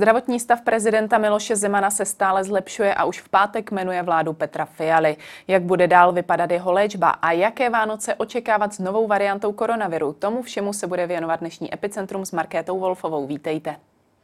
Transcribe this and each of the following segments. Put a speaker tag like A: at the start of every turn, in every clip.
A: Zdravotní stav prezidenta Miloše Zemana se stále zlepšuje a už v pátek jmenuje vládu Petra Fialy. Jak bude dál vypadat jeho léčba a jaké Vánoce očekávat s novou variantou koronaviru? Tomu všemu se bude věnovat dnešní Epicentrum s Markétou Wolfovou. Vítejte.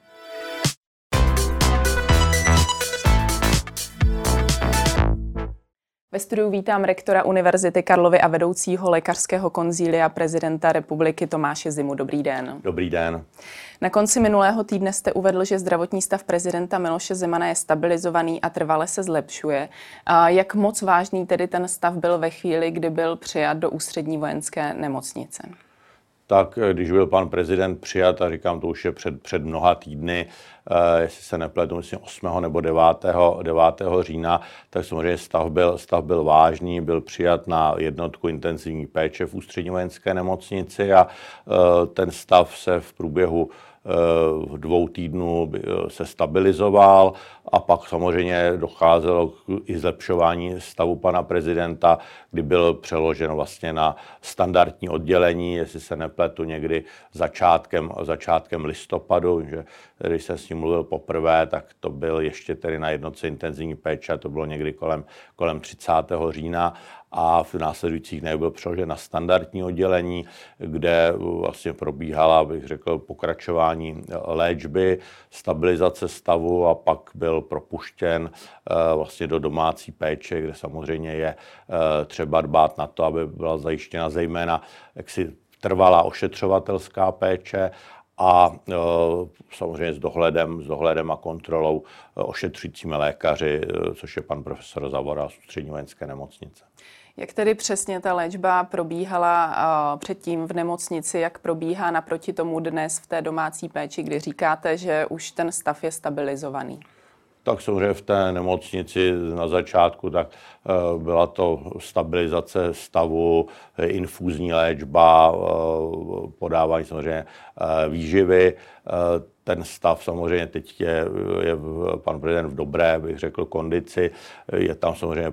A: Ve studiu vítám rektora Univerzity Karlovy a vedoucího lékařského konzília prezidenta republiky Tomáše Zimu. Dobrý den.
B: Dobrý den.
A: Na konci minulého týdne jste uvedl, že zdravotní stav prezidenta Miloše Zemana je stabilizovaný a trvale se zlepšuje. Jak moc vážný tedy ten stav byl ve chvíli, kdy byl přijat do Ústřední vojenské nemocnice?
B: Tak když byl pan prezident přijat, a říkám, to už je před mnoha týdny, jestli se nepletu, myslím 8. nebo 9. října, tak samozřejmě stav byl vážný, byl přijat na jednotku intenzivní péče v Ústřední vojenské nemocnici a ten stav se v průběhu 2 týdnů se stabilizoval a pak samozřejmě docházelo k i zlepšování stavu pana prezidenta, kdy byl přeložen vlastně na standardní oddělení, jestli se nepletu, někdy začátkem listopadu, že když jsem s ním mluvil poprvé, tak to byl ještě tedy na jednotce intenzivní péče, to bylo někdy kolem 30. října. A v následujících dnech byl přeložen na standardní oddělení, kde vlastně probíhala, bych řekl, pokračování léčby, stabilizace stavu a pak byl propuštěn vlastně do domácí péče, kde samozřejmě je třeba dbát na to, aby byla zajištěna zejména jaksi trvalá ošetřovatelská péče a samozřejmě s dohledem a kontrolou ošetřujícími lékaři, což je pan profesor Zavoral z Ústřední vojenské nemocnice.
A: Jak tedy přesně ta léčba probíhala předtím v nemocnici, jak probíhá naproti tomu dnes v té domácí péči, kdy říkáte, že už ten stav je stabilizovaný?
B: Tak samozřejmě v té nemocnici na začátku tak byla to stabilizace stavu, infúzní léčba, podávání samozřejmě výživy. Ten stav samozřejmě teď je pan prezident v dobré, bych řekl, kondici. Je tam samozřejmě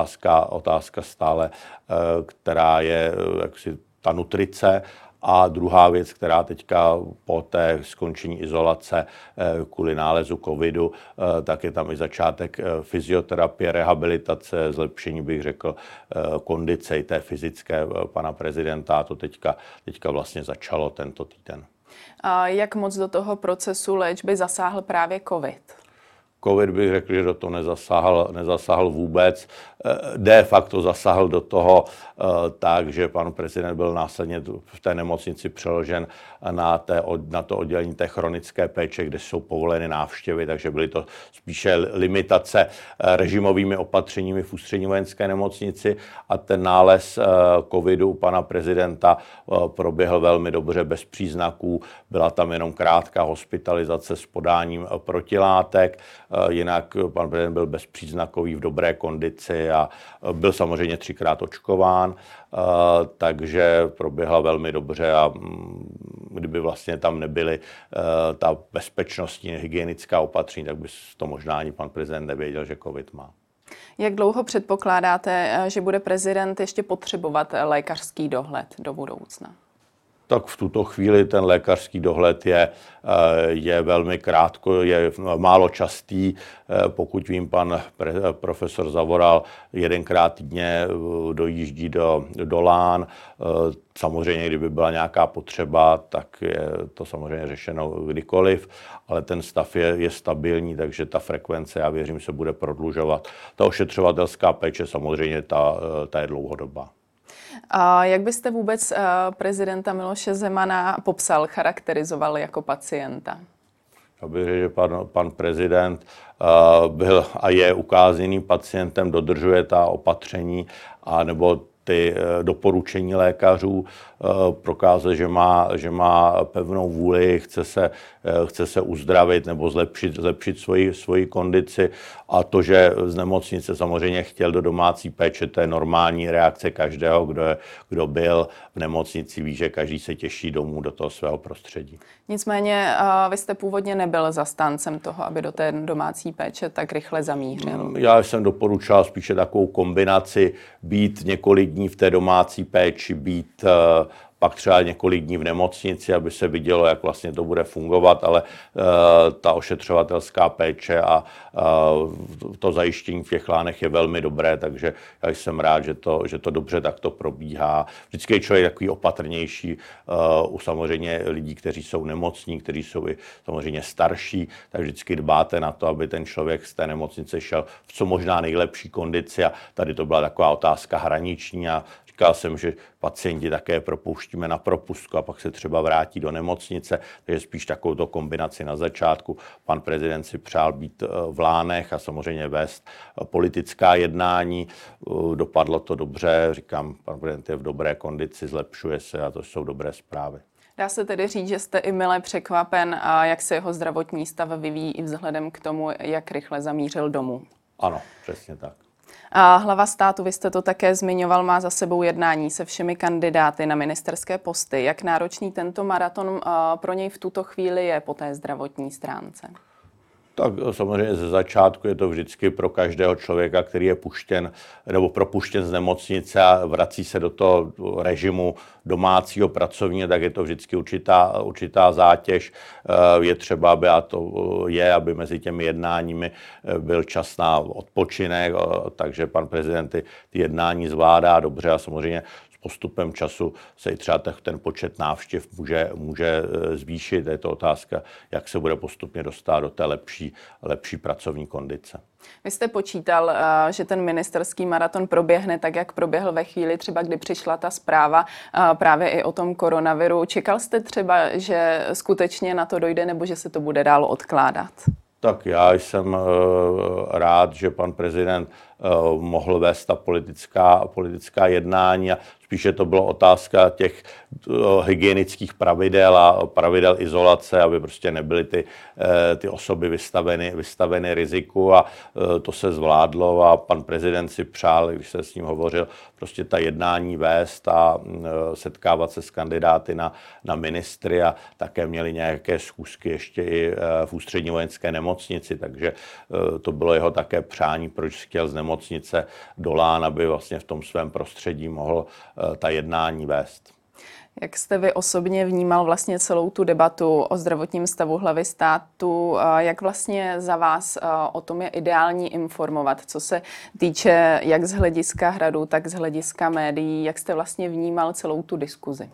B: otázka stále, která je jaksi ta nutrice. A druhá věc, která teďka po té skončení izolace kvůli nálezu covidu, tak je tam i začátek fyzioterapie, rehabilitace, zlepšení, bych řekl, kondice i té fyzické pana prezidenta. A to teďka vlastně začalo tento týden.
A: A jak moc do toho procesu léčby zasáhl právě covid?
B: Covid bych řekl, že do toho nezasáhl vůbec. De facto zasáhl do toho tak, že pan prezident byl následně v té nemocnici přeložen na to oddělení té chronické péče, kde jsou povoleny návštěvy, takže byly to spíše limitace režimovými opatřeními v Ústřední vojenské nemocnici a ten nález covidu pana prezidenta proběhl velmi dobře, bez příznaků. Byla tam jenom krátká hospitalizace s podáním protilátek. Jinak pan prezident byl bezpříznakový, v dobré kondici a byl samozřejmě 3krát očkován, takže proběhla velmi dobře a kdyby vlastně tam nebyly ta bezpečnostní hygienická opatření, tak by to možná ani pan prezident nevěděl, že covid má.
A: Jak dlouho předpokládáte, že bude prezident ještě potřebovat lékařský dohled do budoucna?
B: Tak v tuto chvíli ten lékařský dohled je velmi krátko, je málo častý. Pokud vím, pan profesor Zavoral 1krát týdně dojíždí do Lán. Samozřejmě, kdyby byla nějaká potřeba, tak je to samozřejmě řešeno kdykoliv, ale ten stav je stabilní, takže ta frekvence, já věřím, se bude prodlužovat. Ta ošetřovatelská péče samozřejmě ta je dlouhodobá.
A: A jak byste vůbec prezidenta Miloše Zemana popsal, charakterizoval jako pacienta?
B: Já bych řekl, že pan prezident byl a je ukázněným pacientem, dodržuje ta opatření nebo ty doporučení lékařů, prokázal, že má pevnou vůli, chce se uzdravit nebo zlepšit svoji kondici a to, že z nemocnice samozřejmě chtěl do domácí péče, to je normální reakce každého, kdo byl v nemocnici, ví, že každý se těší domů do toho svého prostředí.
A: Nicméně vy jste původně nebyl zastáncem toho, aby do té domácí péče tak rychle zamířil.
B: Já jsem doporučoval spíše takovou kombinaci, být několik dní v té domácí péči, být pak třeba několik dní v nemocnici, aby se vidělo, jak vlastně to bude fungovat, ale ta ošetřovatelská péče a to zajištění v těch lánech je velmi dobré, takže já jsem rád, že to dobře takto probíhá. Vždycky je člověk takový opatrnější u samozřejmě lidí, kteří jsou nemocní, kteří jsou i samozřejmě starší, tak vždycky dbáte na to, aby ten člověk z té nemocnice šel v co možná nejlepší kondici a tady to byla taková otázka hraniční a říkal jsem, že pacienti také propouštíme na propustku a pak se třeba vrátí do nemocnice, takže spíš takovou kombinaci na začátku. Pan prezident si přál být v lánech a samozřejmě vést politická jednání. Dopadlo to dobře, říkám, pan prezident je v dobré kondici, zlepšuje se a to jsou dobré zprávy.
A: Dá se tedy říct, že jste i mile překvapen, jak se jeho zdravotní stav vyvíjí i vzhledem k tomu, jak rychle zamířil domů.
B: Ano, přesně tak.
A: A hlava státu, vy jste to také zmiňoval, má za sebou jednání se všemi kandidáty na ministerské posty. Jak náročný tento maraton pro něj v tuto chvíli je po té zdravotní stránce?
B: Tak samozřejmě ze začátku je to vždycky pro každého člověka, který je puštěn nebo propuštěn z nemocnice a vrací se do toho režimu domácího pracovního, tak je to vždycky určitá zátěž. Je třeba, aby mezi těmi jednáními byl čas na odpočinek, takže pan prezident ty jednání zvládá dobře a samozřejmě postupem času se i třeba ten počet návštěv může zvýšit. Je to otázka, jak se bude postupně dostat do té lepší pracovní kondice.
A: Vy jste počítal, že ten ministerský maraton proběhne tak, jak proběhl ve chvíli třeba, kdy přišla ta zpráva právě i o tom koronaviru. Čekal jste třeba, že skutečně na to dojde, nebo že se to bude dál odkládat?
B: Tak já jsem rád, že pan prezident mohl vést ta politická jednání a spíše to byla otázka těch hygienických pravidel a pravidel izolace, aby prostě nebyly ty osoby vystaveny riziku a to se zvládlo a pan prezident si přál, když se s ním hovořil, prostě ta jednání vést a setkávat se s kandidáty na ministry a také měli nějaké schůzky ještě i v ústřední vojenské nemocnici, takže to bylo jeho také přání, proč chtěl z nemocnice do Lán, aby vlastně v tom svém prostředí mohl ta jednání vést.
A: Jak jste vy osobně vnímal vlastně celou tu debatu o zdravotním stavu hlavy státu? Jak vlastně za vás o tom je ideální informovat, co se týče jak z hlediska Hradu, tak z hlediska médií? Jak jste vlastně vnímal celou tu diskuzi?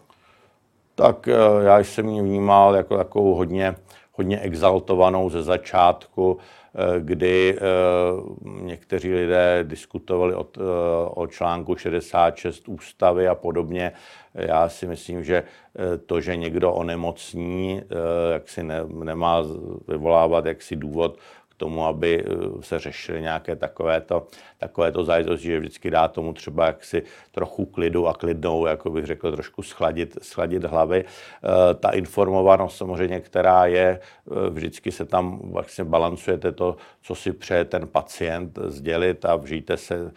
B: Tak já jsem ji vnímal jako takovou hodně exaltovanou ze začátku, kdy někteří lidé diskutovali o článku 66 ústavy a podobně. Já si myslím, že to, že někdo onemocní, jaksi nemá vyvolávat jaksi důvod k tomu, aby se řešily nějaké takovéto záležitosti, že vždycky dá tomu třeba jaksi trochu klidu a klidnou, jako bych řekl, trošku schladit hlavy. Ta informovanost samozřejmě, která je, vždycky se tam vlastně balancujete to, co si přeje ten pacient sdělit a vžijte se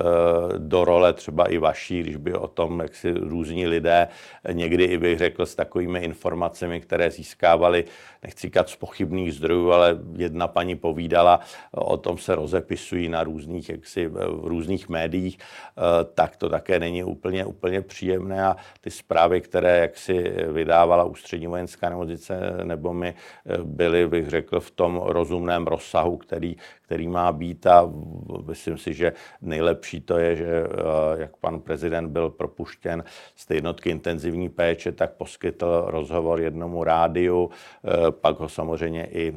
B: do role třeba i vaší, když by o tom jaksi různí lidé někdy i bych řekl s takovými informacemi, které získávali, nechci říkat z pochybných zdrojů, ale jedna paní povídala, o tom se rozepisují na v různých médiích, tak to také není úplně příjemné a ty zprávy, které jaksi vydávala ústřední vojenská nemocnice nebo my byly, bych řekl, v tom rozumném rozsahu, který má být a myslím si, že nejlepší to je, že jak pan prezident byl propuštěn z té jednotky intenzivní péče, tak poskytl rozhovor jednomu rádiu, pak ho samozřejmě i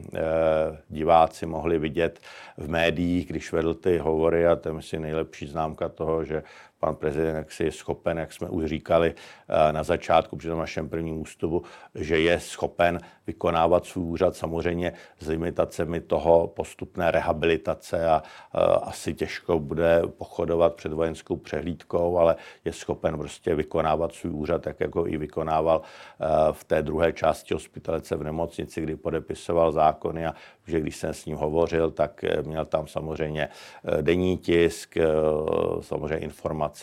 B: diváci mohli vidět v médiích, když vedl ty hovory a to je myslím nejlepší známka toho, že pan prezident jaksi je schopen, jak jsme už říkali na začátku při tom našem prvním ústupu, že je schopen vykonávat svůj úřad samozřejmě s limitacemi toho postupné rehabilitace a asi těžko bude pochodovat před vojenskou přehlídkou, ale je schopen prostě vykonávat svůj úřad, tak jako i vykonával v té druhé části hospitalice v nemocnici, kdy podepisoval zákony a že když jsem s ním hovořil, tak měl tam samozřejmě denní tisk, samozřejmě informace,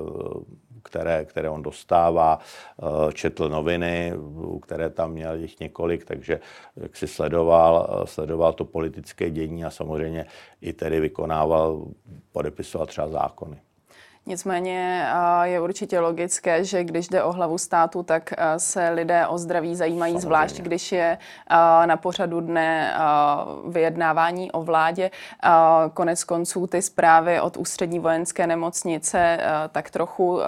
B: které on dostává, četl noviny, které tam měl jich několik, takže jak si sledoval to politické dění a samozřejmě i tedy podepisoval třeba zákony.
A: Nicméně je určitě logické, že když jde o hlavu státu, tak se lidé o zdraví zajímají, samozřejmě, zvlášť když je na pořadu dne vyjednávání o vládě. Konec konců ty zprávy od Ústřední vojenské nemocnice tak trochu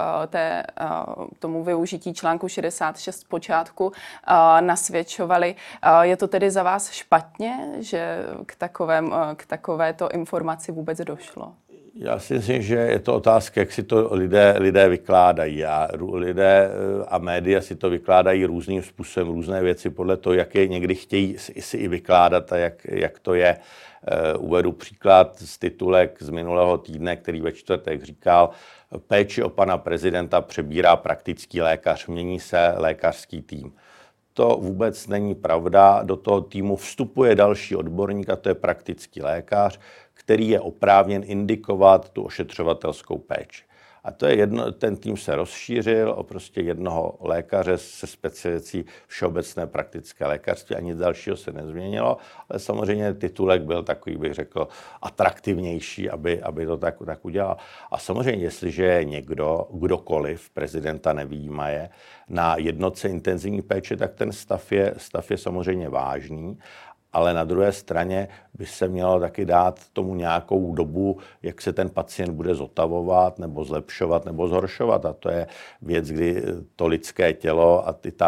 A: tomu využití článku 66 zpočátku nasvědčovaly. Je to tedy za vás špatně, že k takovéto informaci vůbec došlo?
B: Já si myslím, že je to otázka, jak si to lidé vykládají. A lidé a média si to vykládají různým způsobem, různé věci podle toho, jak je někdy chtějí si i vykládat a jak to je. Uvedu příklad z titulek z minulého týdne, který ve čtvrtek říkal: péči o pana prezidenta přebírá praktický lékař, mění se lékařský tým. To vůbec není pravda. Do toho týmu vstupuje další odborník, a to je praktický lékař, který je oprávněn indikovat tu ošetřovatelskou péči. A to je ten tým se rozšířil o prostě jednoho lékaře se specializací všeobecné praktické lékařství a nic dalšího se nezměnilo, ale samozřejmě titulek byl takový, bych řekl, atraktivnější, aby to tak udělal. A samozřejmě, jestliže je kdokoliv, prezidenta nevyjímaje, na jednotce intenzivní péče, tak ten stav je samozřejmě vážný. Ale na druhé straně by se mělo taky dát tomu nějakou dobu, jak se ten pacient bude zotavovat, nebo zlepšovat, nebo zhoršovat. A to je věc, kdy to lidské tělo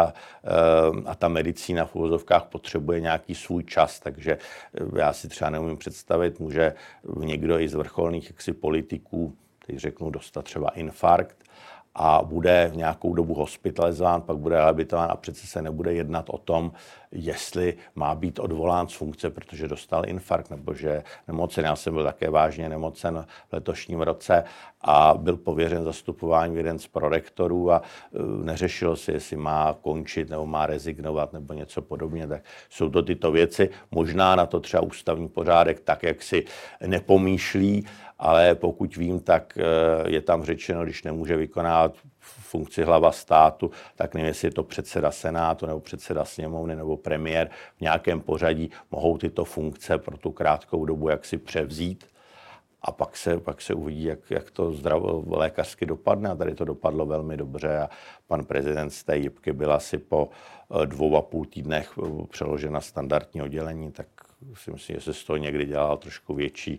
B: a ta medicína v uvozovkách potřebuje nějaký svůj čas. Takže já si třeba neumím představit, může někdo i z vrcholných politiků, teď řeknu, dostat třeba infarkt, a bude v nějakou dobu hospitalizován, pak bude rehabilitován a přece se nebude jednat o tom, jestli má být odvolán z funkce, protože dostal infarkt nebo že nemocen. Já jsem byl také vážně nemocen v letošním roce a byl pověřen zastupováním jeden z prorektorů a neřešilo se, jestli má končit nebo má rezignovat nebo něco podobně. Tak jsou to tyto věci. Možná na to třeba ústavní pořádek tak, jak si nepomýšlí, ale pokud vím, tak je tam řečeno, když nemůže vykonávat funkci hlava státu, tak nevím, jestli je to předseda Senátu nebo předseda sněmovny nebo premiér, v nějakém pořadí mohou tyto funkce pro tu krátkou dobu jaksi převzít a pak se uvidí, jak to lékařsky dopadne. A tady to dopadlo velmi dobře a pan prezident z té jipky byl asi po 2,5 týdnech přeložen na standardní oddělení, tak si myslím, že se z toho někdy dělala trošku větší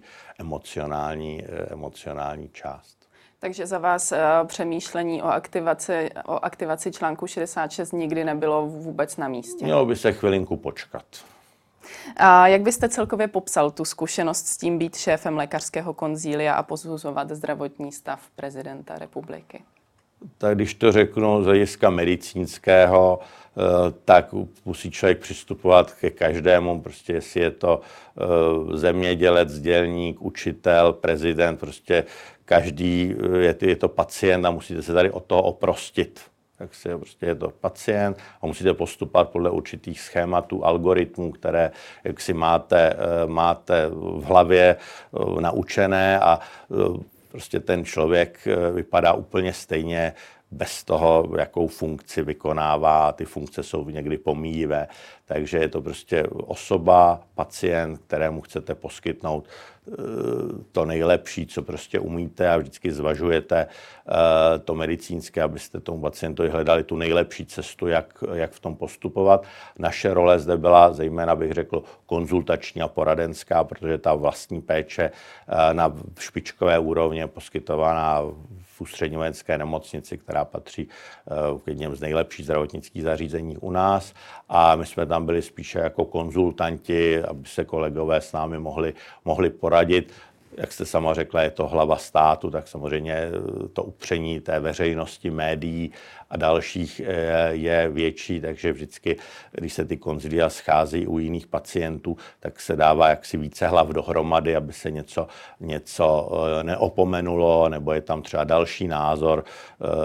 B: emocionální část.
A: Takže za vás přemýšlení o aktivaci článku 66 nikdy nebylo vůbec na místě?
B: Mělo by se chvilinku počkat.
A: A jak byste celkově popsal tu zkušenost s tím být šéfem lékařského konzília a posuzovat zdravotní stav prezidenta republiky?
B: Tak když to řeknu z hlediska medicínského, tak musí člověk přistupovat ke každému, prostě jestli je to zemědělec, dělník, učitel, prezident, prostě každý je to pacient a musíte se tady od toho oprostit. Tak prostě je to pacient a musíte postupovat podle určitých schématů, algoritmů, které jak si máte v hlavě naučené a prostě ten člověk vypadá úplně stejně bez toho, jakou funkci vykonává. Ty funkce jsou někdy pomíjivé. Takže je to prostě osoba, pacient, kterému chcete poskytnout to nejlepší, co prostě umíte a vždycky zvažujete to medicínské, abyste tomu pacientovi hledali tu nejlepší cestu, jak v tom postupovat. Naše role zde byla zejména, bych řekl, konzultační a poradenská, protože ta vlastní péče na špičkové úrovni je poskytovaná v Ústřední vojenské nemocnici, která patří k jedním z nejlepších zdravotnických zařízení u nás. A my jsme tam byli spíše jako konzultanti, aby se kolegové s námi mohli poradit. Jak jste sama řekla, je to hlava státu, tak samozřejmě to upření té veřejnosti, médií a dalších je větší, takže vždycky, když se ty konzilia schází u jiných pacientů, tak se dává jaksi více hlav dohromady, aby se něco neopomenulo, nebo je tam třeba další názor.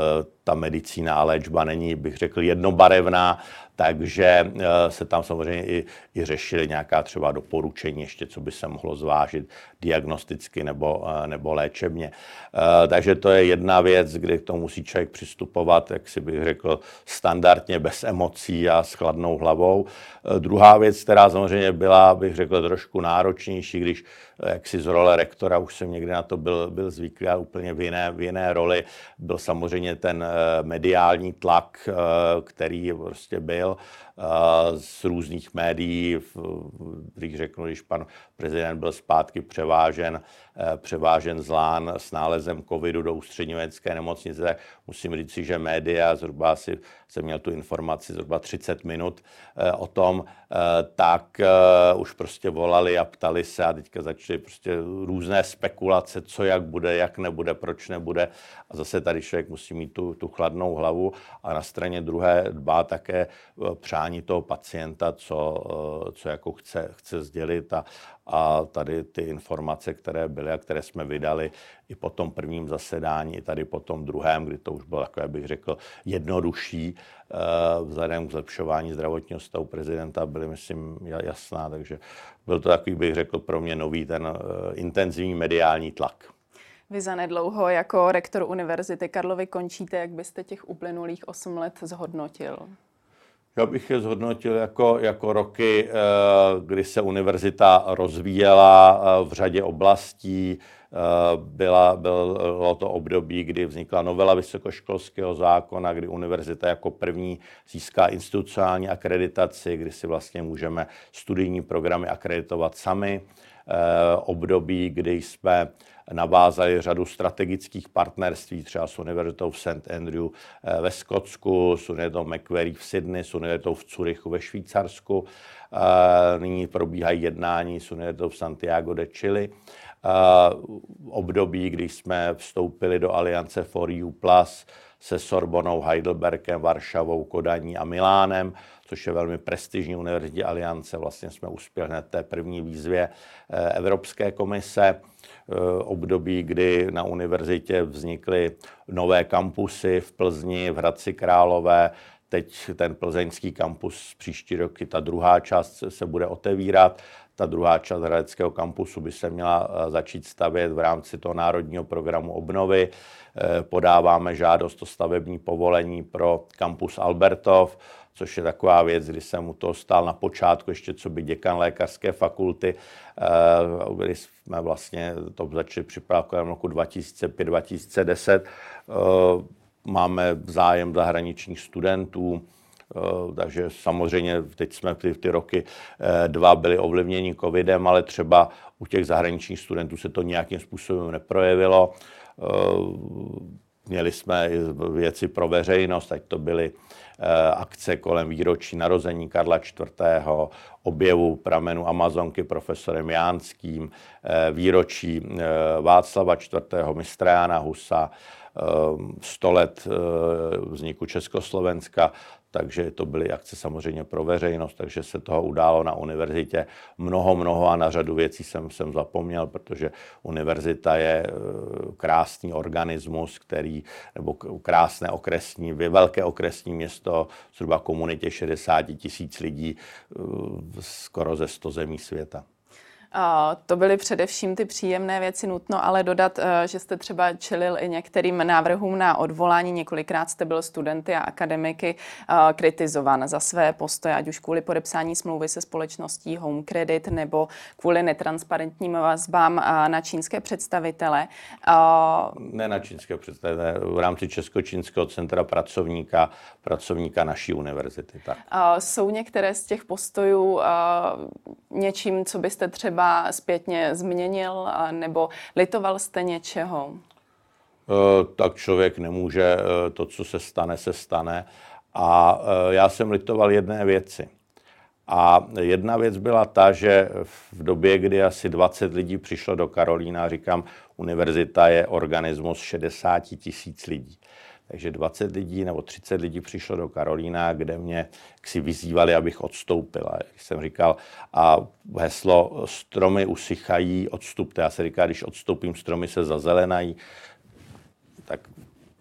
B: ta medicína a léčba není, bych řekl, jednobarevná, takže se tam samozřejmě i řešily nějaká třeba doporučení ještě, co by se mohlo zvážit diagnosticky nebo léčebně. Takže to je jedna věc, kdy k tomu musí člověk přistupovat, jak si bych řekl, standardně, bez emocí a s chladnou hlavou. Druhá věc, která samozřejmě byla, bych řekl, trošku náročnější, když jaksi z role rektora, už jsem někdy na to byl zvyklý, a úplně v jiné roli, byl samozřejmě ten mediální tlak, který prostě byl z různých médií, když řeknu, když pan prezident byl zpátky převážen z Lán s nálezem covidu do ústřední vojenské nemocnice, tak musím říct si, že média, zhruba jsem měl tu informaci zhruba 30 minut o tom, tak už prostě volali a ptali se a teďka začaly prostě různé spekulace, co jak bude, jak nebude, proč nebude. A zase tady člověk musí mít tu chladnou hlavu a na straně druhé dbá také přání toho pacienta, co jako chce sdělit a tady ty informace, které byly a které jsme vydali i po tom prvním zasedání, i tady po tom druhém, kdy to už bylo takové, bych řekl, jednodušší, vzhledem k zlepšování zdravotního stavu prezidenta byly, myslím, jasná, takže byl to takový, bych řekl, pro mě nový ten intenzivní mediální tlak.
A: Vy zanedlouho jako rektor Univerzity Karlovy končíte, jak byste těch uplynulých 8 let zhodnotil?
B: Já bych je zhodnotil jako roky, kdy se univerzita rozvíjela v řadě oblastí. Bylo to období, kdy vznikla novela vysokoškolského zákona, kdy univerzita jako první získá institucionální akreditaci, kdy si vlastně můžeme studijní programy akreditovat sami. Období, kdy jsme navázali řadu strategických partnerství, třeba s univerzitou v St. Andrew ve Skotsku, s univerzitou Macquarie v Sydney, s univerzitou v Curychu ve Švýcarsku. Nyní probíhají jednání s univerzitou v Santiago de Chile. Období, kdy jsme vstoupili do aliance For EU Plus se Sorbonou, Heidelbergem, Varšavou, Kodaní a Milánem, což je velmi prestižní univerzitní aliance. Vlastně jsme uspěli hned té první výzvě Evropské komise. Období, kdy na univerzitě vznikly nové kampusy v Plzni, v Hradci Králové. Teď ten plzeňský kampus příští roky, ta druhá část se bude otevírat. Ta druhá část hradeckého kampusu by se měla začít stavět v rámci toho národního programu obnovy. Podáváme žádost o stavební povolení pro kampus Albertov, což je taková věc, kdy jsem u toho stál na počátku, ještě co by děkan lékařské fakulty, kdy jsme vlastně to začali připravovat kolem roku 2005-2010. Máme zájem zahraničních studentů, takže samozřejmě teď jsme ty roky 2 byly ovlivněni covidem, ale třeba u těch zahraničních studentů se to nějakým způsobem neprojevilo. Měli jsme věci pro veřejnost, ať to byly akce kolem výročí narození Karla IV., objevu pramenu Amazonky profesorem Jánským, výročí Václava IV., mistra Jana Husa, 100 let vzniku Československa, takže to byly akce samozřejmě pro veřejnost, takže se toho událo na univerzitě mnoho a na řadu věcí jsem zapomněl, protože univerzita je krásný organismus, nebo krásné okresní, velké okresní město, zhruba komunitě 60 000 lidí, skoro ze 100 zemí světa.
A: To byly především ty příjemné věci, nutno ale dodat, že jste třeba čelil i některým návrhům na odvolání. Několikrát jste byl studenty a akademiky kritizován za své postoje, ať už kvůli podepsání smlouvy se společností Home Credit nebo kvůli netransparentním vazbám na čínské představitele.
B: Ne na čínské představitele, v rámci Česko-čínského centra pracovníka naší univerzity. Tak.
A: Jsou některé z těch postojů něčím, co byste třeba zpětně změnil, nebo litoval jste něčeho?
B: Tak člověk nemůže, to, co se stane. A já jsem litoval jedné věci. A jedna věc byla ta, že v době, kdy asi 20 lidí přišlo do Karolína, říkám, univerzita je organismus 60 000 lidí. Takže 20 lidí nebo 30 lidí přišlo do Karolína, kde mě si vyzývali, abych odstoupil. A jak jsem říkal, a heslo stromy usychají, odstupte. Já se říká, když odstoupím, stromy se zazelenají. Tak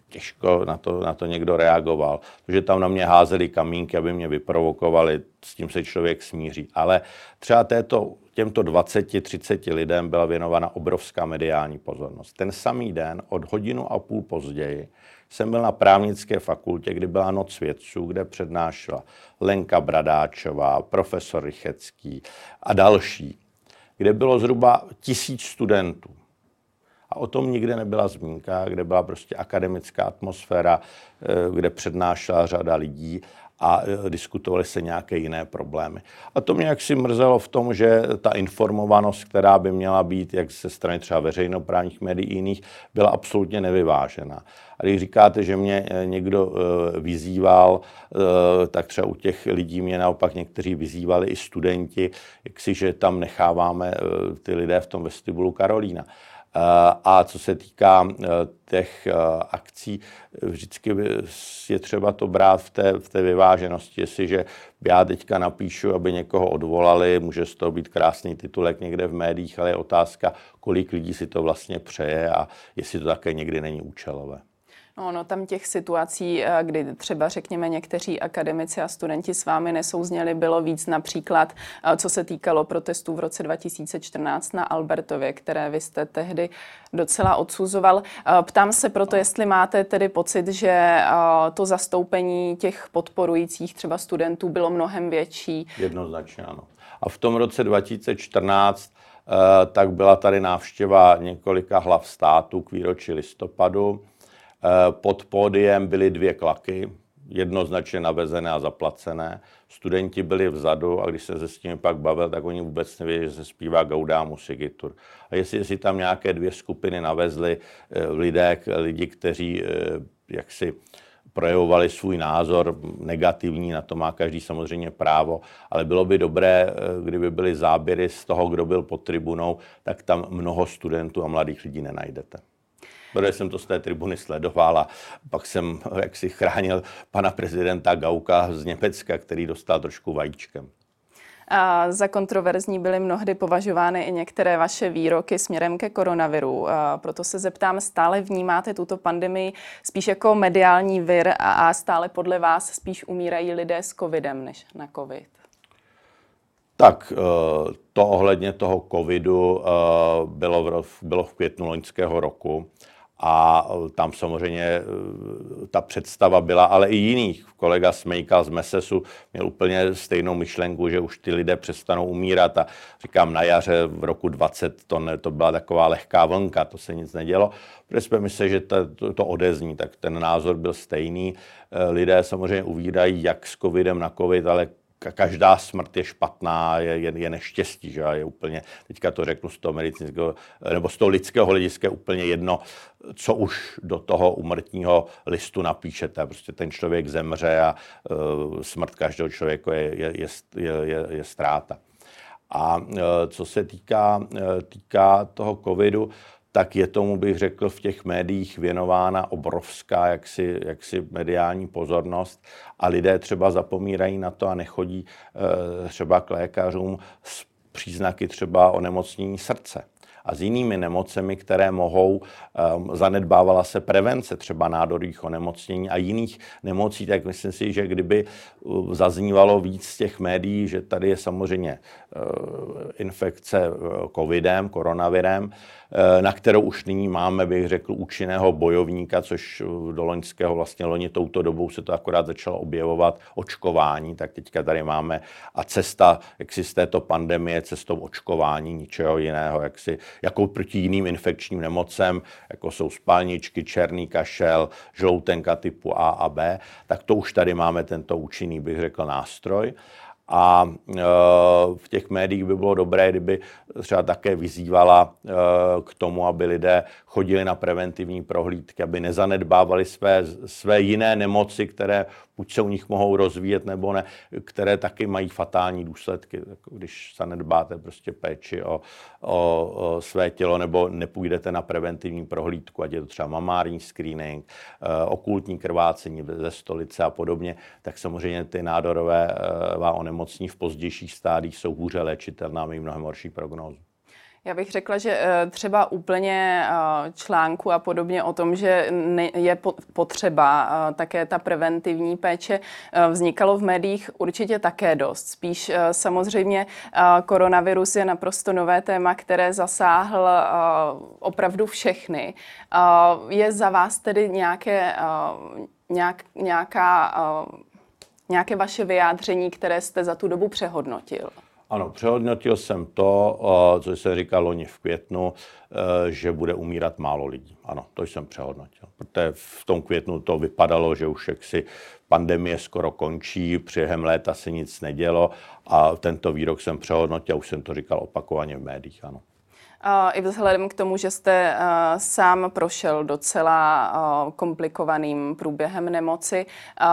B: těžko na to někdo reagoval. Protože tam na mě házeli kamínky, aby mě vyprovokovali, s tím se člověk smíří. Ale třeba těmto 20-30 lidem byla věnována obrovská mediální pozornost. Ten samý den, od hodinu a půl později, jsem byl na právnické fakultě, kdy byla noc vědců, kde přednášela Lenka Bradáčová, profesor Rychecký a další, kde bylo zhruba 1000 studentů. A o tom nikde nebyla zmínka, kde byla prostě akademická atmosféra, kde přednášela řada lidí a diskutovaly se nějaké jiné problémy. A to mě jaksi mrzelo v tom, že ta informovanost, která by měla být jak ze strany třeba veřejnoprávních médií i jiných, byla absolutně nevyvážená. A když říkáte, že mě někdo vyzýval, tak třeba u těch lidí mě naopak někteří vyzývali i studenti, že tam necháváme ty lidé v tom vestibulu Karolína. A co se týká těch akcí, vždycky je třeba to brát v té vyváženosti. Jestliže já teďka napíšu, aby někoho odvolali, může z toho být krásný titulek někde v médiích, ale je otázka, kolik lidí si to vlastně přeje a jestli to také někdy není účelové.
A: No, tam těch situací, kdy třeba řekněme někteří akademici a studenti s vámi nesouzněli, bylo víc, například co se týkalo protestů v roce 2014 na Albertově, které vy jste tehdy docela odsuzoval. Ptám se proto, jestli máte tedy pocit, že to zastoupení těch podporujících třeba studentů bylo mnohem větší.
B: Jednoznačně ano. A v tom roce 2014 tak byla tady návštěva několika hlav států k výročí listopadu. Pod pódiem byly 2 klaky, jednoznačně navezené a zaplacené. Studenti byli vzadu a když se s nimi pak bavil, tak oni vůbec nevěděli, že se zpívá Gaudamus Igitur. A jestli tam nějaké 2 skupiny navezly lidi, kteří jaksi projevovali svůj názor negativní, na to má každý samozřejmě právo, ale bylo by dobré, kdyby byly záběry z toho, kdo byl pod tribunou, tak tam mnoho studentů a mladých lidí nenajdete. Protože jsem to z té tribuny sledoval a pak jsem jaksi chránil pana prezidenta Gauka z Německa, který dostal trošku vajíčkem.
A: A za kontroverzní byly mnohdy považovány i některé vaše výroky směrem ke koronaviru. Proto se zeptám, stále vnímáte tuto pandemii spíš jako mediální vir a stále podle vás spíš umírají lidé s covidem než na covid?
B: Tak to ohledně toho covidu bylo v květnu loňského roku. A tam samozřejmě ta představa byla, ale i jiných. Kolega Smejkal z MESESu měl úplně stejnou myšlenku, že už ty lidé přestanou umírat a říkám, na jaře v roku 20 to byla taková lehká vlnka, to se nic nedělo. Protože jsme mysleli, že to odezní, tak ten názor byl stejný. Lidé samozřejmě uvírají jak s covidem na covid, ale každá smrt je špatná, je neštěstí, že je úplně, teďka to řeknu z toho medicínského, nebo z toho lidského hlediska je úplně jedno, co už do toho úmrtního listu napíšete. Prostě ten člověk zemře a smrt každého člověka je ztráta. A co se týká toho covidu, tak je tomu, bych řekl, v těch médiích věnována obrovská jaksi mediální pozornost a lidé třeba zapomírají na to a nechodí třeba k lékařům s příznaky třeba onemocnění srdce. A s jinými nemocemi, které mohou, zanedbávala se prevence třeba nádorových onemocnění a jiných nemocí, tak myslím si, že kdyby zaznívalo víc z těch médií, že tady je samozřejmě infekce covidem, koronavirem, na kterou už nyní máme, bych řekl, účinného bojovníka, což do loňského, vlastně loni touto dobou se to akorát začalo objevovat, očkování, tak teďka tady máme a cesta, jaksi z této pandemie, cestou očkování, ničeho jiného, jako proti jiným infekčním nemocem, jako jsou spalničky, černý kašel, žloutenka typu A a B, tak to už tady máme tento účinný, bych řekl, nástroj. A v těch médiích by bylo dobré, kdyby třeba také vyzývala k tomu, aby lidé chodili na preventivní prohlídky, aby nezanedbávali své jiné nemoci, které buď se u nich mohou rozvíjet, nebo ne, které taky mají fatální důsledky. Když zanedbáte prostě péči o své tělo, nebo nepůjdete na preventivní prohlídku, ať je to třeba mamární screening, okultní krvácení ze stolice a podobně, tak samozřejmě ty nádorové onemocnění v pozdějších stádiích jsou hůře léčitelná, mají mnohem horší prognózu.
A: Já bych řekla, že třeba úplně článku a podobně o tom, že je potřeba také ta preventivní péče, vznikalo v médiích určitě také dost. Spíš samozřejmě koronavirus je naprosto nové téma, které zasáhl opravdu všechny. Je za vás tedy nějaké vaše vyjádření, které jste za tu dobu přehodnotil?
B: Ano, přehodnotil jsem to, co jsem říkal loni v květnu, že bude umírat málo lidí. Ano, to jsem přehodnotil. Protože v tom květnu to vypadalo, že už jaksi pandemie skoro končí, během léta se nic nedělo a tento výrok jsem přehodnotil, už jsem to říkal opakovaně v médiích, ano.
A: I vzhledem k tomu, že jste sám prošel docela komplikovaným průběhem nemoci,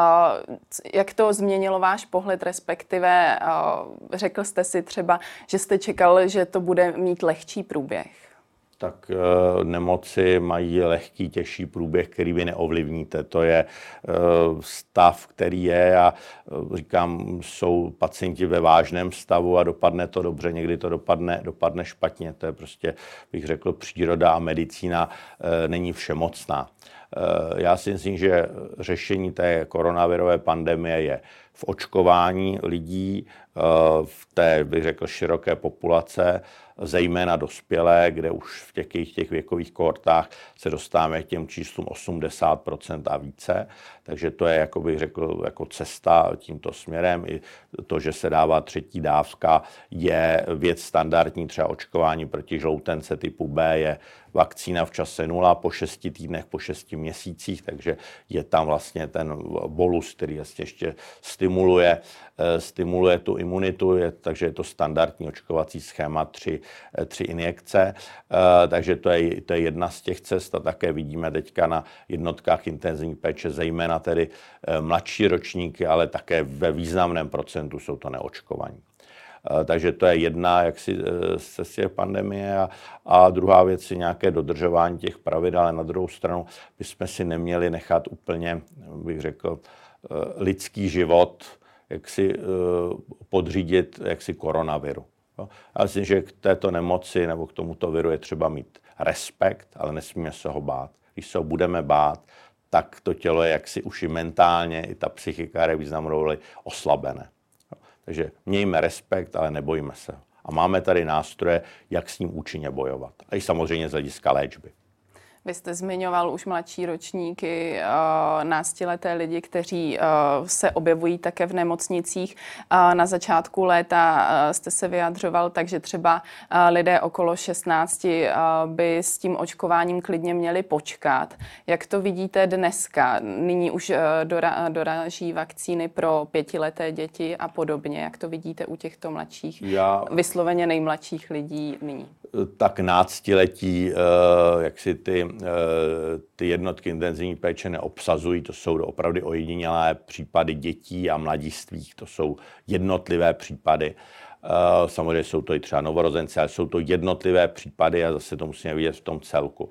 A: jak to změnilo váš pohled, respektive řekl jste si třeba, že jste čekal, že to bude mít lehčí průběh?
B: Tak nemoci mají lehký, těžší průběh, který vy neovlivníte. To je stav, který je a říkám, jsou pacienti ve vážném stavu a dopadne to dobře, někdy to dopadne špatně. To je prostě, bych řekl, příroda a medicína není všemocná. Já si myslím, že řešení té koronavirové pandemie je v očkování lidí, v té, bych řekl, široké populace, zejména dospělé, kde už v těch věkových kohortách se dostáváme k těm číslům 80% a více. Takže to je, jako bych řekl, jako cesta tímto směrem. I to, že se dává třetí dávka, je věc standardní. Třeba očkování proti žloutence typu B je vakcína v čase 0 po 6 týdnech, po 6 měsících, takže je tam vlastně ten bolus, který vlastně ještě stimuluje tu imunitu, takže je to standardní očkovací schéma 3 injekce, takže to je jedna z těch cest a také vidíme teďka na jednotkách intenzivní péče, zejména tedy mladší ročníky, ale také ve významném procentu jsou to neočkovaní. Takže to je jedna jaksi z těch pandemie a druhá věc je nějaké dodržování těch pravidel, ale na druhou stranu bychom si neměli nechat úplně, bych řekl, lidský život jaksi podřídit jaksi koronaviru. Já myslím, že k této nemoci nebo k tomuto viru je třeba mít respekt, ale nesmíme se ho bát. Když se ho budeme bát, tak to tělo je jaksi už i mentálně, i ta psychika je významnou roli oslabené. Takže mějme respekt, ale nebojíme se. A máme tady nástroje, jak s ním účinně bojovat. A i samozřejmě z hlediska léčby.
A: Vy jste zmiňoval už mladší ročníky, náctileté lidi, kteří se objevují také v nemocnicích. Na začátku léta jste se vyjadřoval, takže třeba lidé okolo 16 by s tím očkováním klidně měli počkat. Jak to vidíte dneska? Nyní už doráží vakcíny pro 5leté děti a podobně. Jak to vidíte u těchto mladších, vysloveně nejmladších lidí nyní?
B: Tak náctiletí, jak si ty jednotky intenzivní péče neobsazují, to jsou opravdu ojedinělé případy dětí a mladistvých, to jsou jednotlivé případy. Samozřejmě jsou to i třeba novorozenci, ale jsou to jednotlivé případy a zase to musíme vidět v tom celku.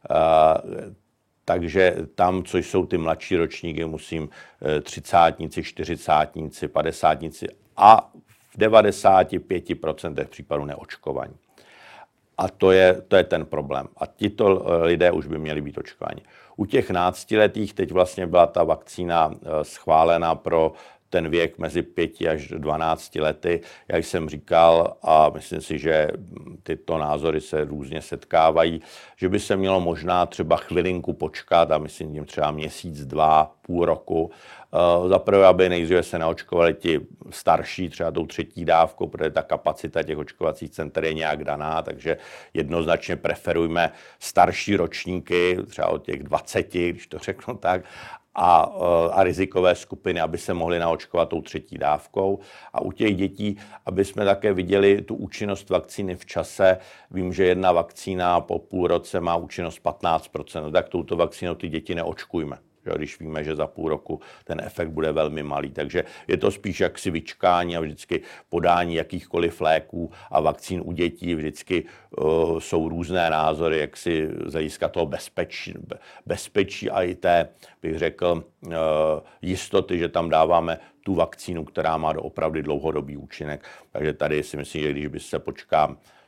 B: Takže tam, co jsou ty mladší ročníky, musím 30, 40, 50 a v 95% případů neočkovaní. A to je ten problém. A tito lidé už by měli být očkováni. U těch náctiletých teď vlastně byla ta vakcína schválena pro ten věk mezi 5 až 12 lety, jak jsem říkal, a myslím si, že tyto názory se různě setkávají, že by se mělo možná třeba chvilinku počkat a myslím tím třeba měsíc, 2, půl roku. Zaprvé, aby nejdříve se naočkovali ti starší, třeba tou třetí dávkou, protože ta kapacita těch očkovacích center je nějak daná, takže jednoznačně preferujme starší ročníky, třeba od těch 20, když to řeknu tak, a rizikové skupiny, aby se mohly naočkovat tou třetí dávkou. A u těch dětí, aby jsme také viděli tu účinnost vakcíny v čase. Vím, že jedna vakcína po půl roce má účinnost 15%, tak touto vakcínou ty děti neočkujme. Když víme, že za půl roku ten efekt bude velmi malý. Takže je to spíš jaksi vyčkání a vždycky podání jakýchkoliv léků a vakcín u dětí. Vždycky jsou různé názory, jak si z hlediska toho bezpečí a i té, bych řekl, jistoty, že tam dáváme tu vakcínu, která má opravdu dlouhodobý účinek. Takže tady si myslím, že když by se počká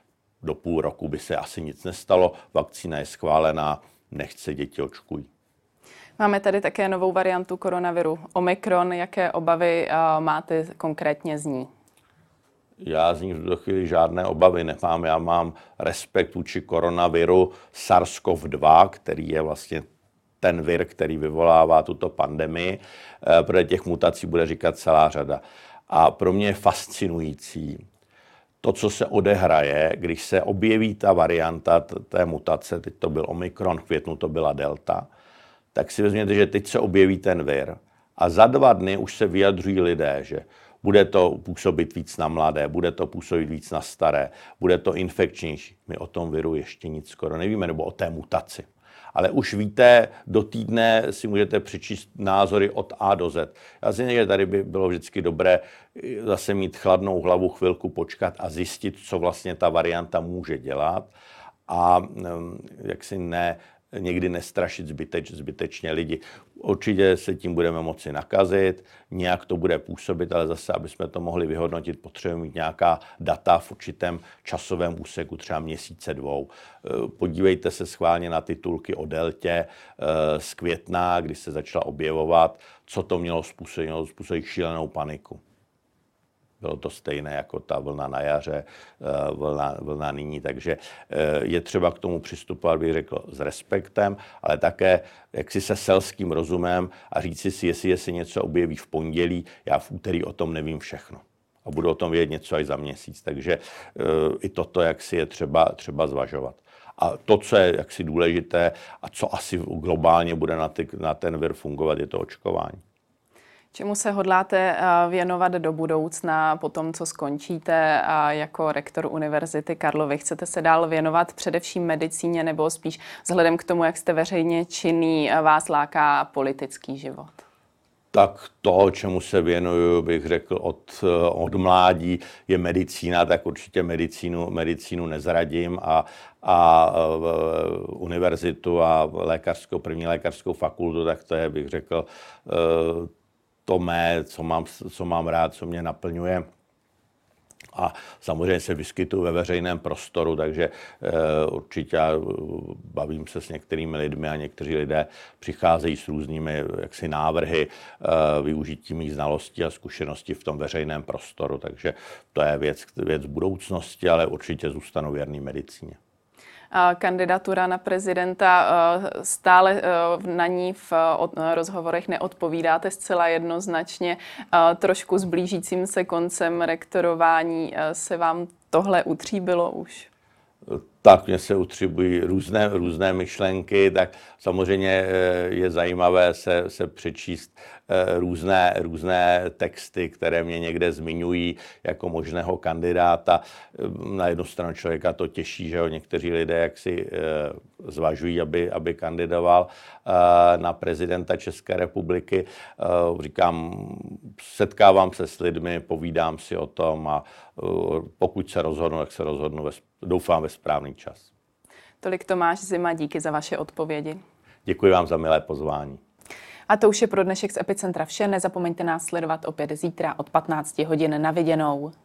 B: do půl roku by se asi nic nestalo, vakcína je schválená, nechť se děti očkují.
A: Máme tady také novou variantu koronaviru Omikron. Jaké obavy máte konkrétně z ní?
B: Já z ní v tuto chvíli žádné obavy nemám. Já mám respekt vůči koronaviru SARS-CoV-2, který je vlastně ten vir, který vyvolává tuto pandemii, protože těch mutací bude říkat celá řada. A pro mě je fascinující to, co se odehraje, když se objeví ta varianta té mutace, teď to byl Omikron, v květnu to byla Delta, tak si vezměte, že teď se objeví ten vir a za 2 dny už se vyjadřují lidé, že bude to působit víc na mladé, bude to působit víc na staré, bude to infekčnější. My o tom viru ještě nic skoro nevíme, nebo o té mutaci. Ale už víte, do týdne si můžete přečíst názory od A do Z. Já si myslím, že tady by bylo vždycky dobré zase mít chladnou hlavu, chvilku počkat a zjistit, co vlastně ta varianta může dělat a jak si někdy nestrašit zbytečně lidi. Určitě se tím budeme moci nakazit, nějak to bude působit, ale zase, aby jsme to mohli vyhodnotit, potřebujeme mít nějaká data v určitém časovém úseku, třeba měsíce 2. Podívejte se schválně na titulky o deltě z května, kdy se začala objevovat, co to mělo způsobit šílenou paniku. Bylo to stejné jako ta vlna na jaře, vlna nyní, takže je třeba k tomu přistupovat, bych řekl, s respektem, ale také jaksi se selským rozumem a říci si, jestli se něco objeví v pondělí, já v úterý o tom nevím všechno. A budu o tom vědět něco až za měsíc, takže i toto jaksi je třeba zvažovat. A to, co je jaksi důležité a co asi globálně bude na ten vir fungovat, je to očkování.
A: Čemu se hodláte věnovat do budoucna po tom, co skončíte jako rektor Univerzity Karlovy? Chcete se dál věnovat především medicíně nebo spíš vzhledem k tomu, jak jste veřejně činný, vás láká politický život?
B: Tak to, čemu se věnuju, bych řekl, od mládí, je medicína, tak určitě medicínu nezradím a univerzitu a první lékařskou fakultu, tak to je, bych řekl, to mé, co mám rád, co mě naplňuje. A samozřejmě se vyskytuju ve veřejném prostoru, takže určitě bavím se s některými lidmi a někteří lidé přicházejí s různými návrhy využití mých znalostí a zkušeností v tom veřejném prostoru. Takže to je věc budoucnosti, ale určitě zůstanu věrný medicíně.
A: Kandidatura na prezidenta, stále na ní v rozhovorech neodpovídáte zcela jednoznačně. Trošku s blížícím se koncem rektorování se vám tohle utříbilo už?
B: Tak mně se utřibují různé myšlenky, tak samozřejmě je zajímavé se přečíst různé texty, které mě někde zmiňují jako možného kandidáta. Na jednu stranu člověka to těší, že ho někteří lidé jaksi zvažují, aby kandidoval na prezidenta České republiky. Říkám, setkávám se s lidmi, povídám si o tom a pokud se rozhodnu, tak se rozhodnu, doufám, ve správný čas.
A: Tolik Tomáš Zima, díky za vaše odpovědi.
B: Děkuji vám za milé pozvání.
A: A to už je pro dnešek z Epicentra vše. Nezapomeňte nás sledovat opět zítra od 15 hodin. Na viděnou.